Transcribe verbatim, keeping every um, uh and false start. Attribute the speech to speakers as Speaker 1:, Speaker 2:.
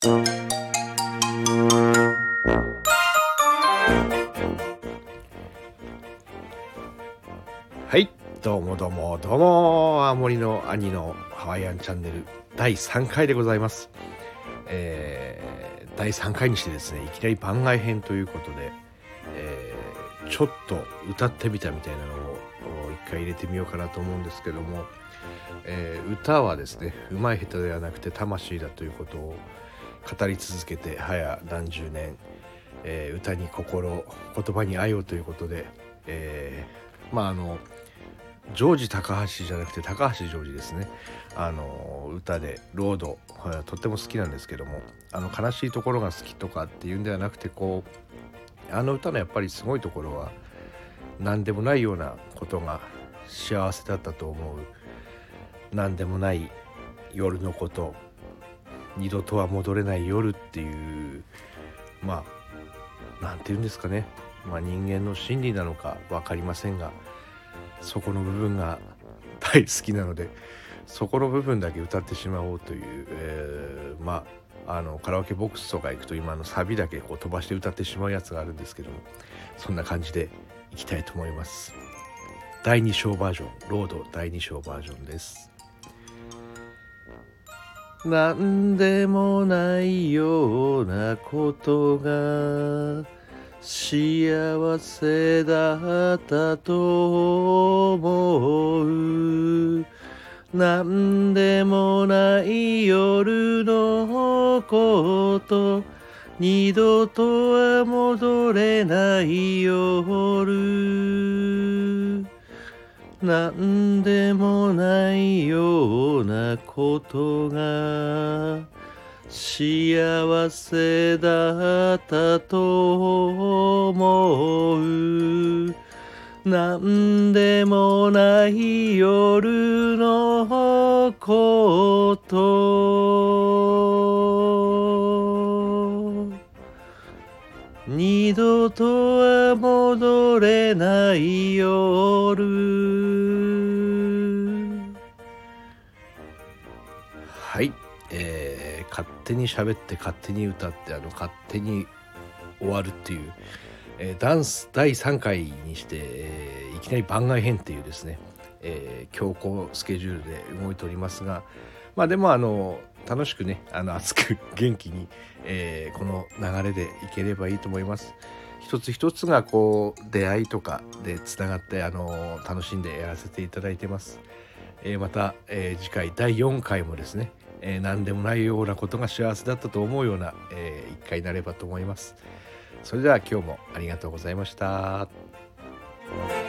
Speaker 1: はい、どうもどうもどうも、青森の兄のハワイアンチャンネルだいさんかいでございます。えー、だいさんかいにしてですね、いきなり番外編ということで、えー、ちょっと歌ってみたみたいなのを一回入れてみようかなと思うんですけども、えー、歌はですね、うまい下手ではなくて魂だということを語り続けて早何十年、えー、歌に心、言葉に愛をということで、えー、まああのジョージ高橋じゃなくて高橋ジョージですね。あの歌でロード、はい、とっても好きなんですけども、あの悲しいところが好きとかっていうんではなくて、こうあの歌のやっぱりすごいところは何でもないようなことが幸せだったと思う。何でもない夜のこと、二度とは戻れない夜っていう、まあなんて言うんですかね、まあ人間の心理なのか分かりませんが、そこの部分が大好きなので、そこの部分だけ歌ってしまおうという、えー、まああのカラオケボックスとか行くと今のサビだけこう飛ばして歌ってしまうやつがあるんですけども、そんな感じでいきたいと思います。だいに章バージョン、ロードだいに章バージョンです。なんでもないようなことが幸せだったと思う。なんでもない夜のこと、二度とは戻れない夜。なんでもないようなことが幸せだったと思う。なんでもない夜のこと、二度とは戻れない夜。はい、えー、勝手に喋って勝手に歌って、あの勝手に終わるっていう、えー、ダンスだいさんかいにして、えー、いきなり番外編っていうですね、えー、強行スケジュールで動いておりますが、まあでもあの楽しくね、あの熱く元気に、えー、この流れでいければいいと思います。一つ一つがこう出会いとかでつながって、あの楽しんでやらせていただいてます。えー、また、えー、次回だいよんかいもですね、えー、何でもないようなことが幸せだったと思うような、えー、いっかいになればと思います。それでは今日もありがとうございました。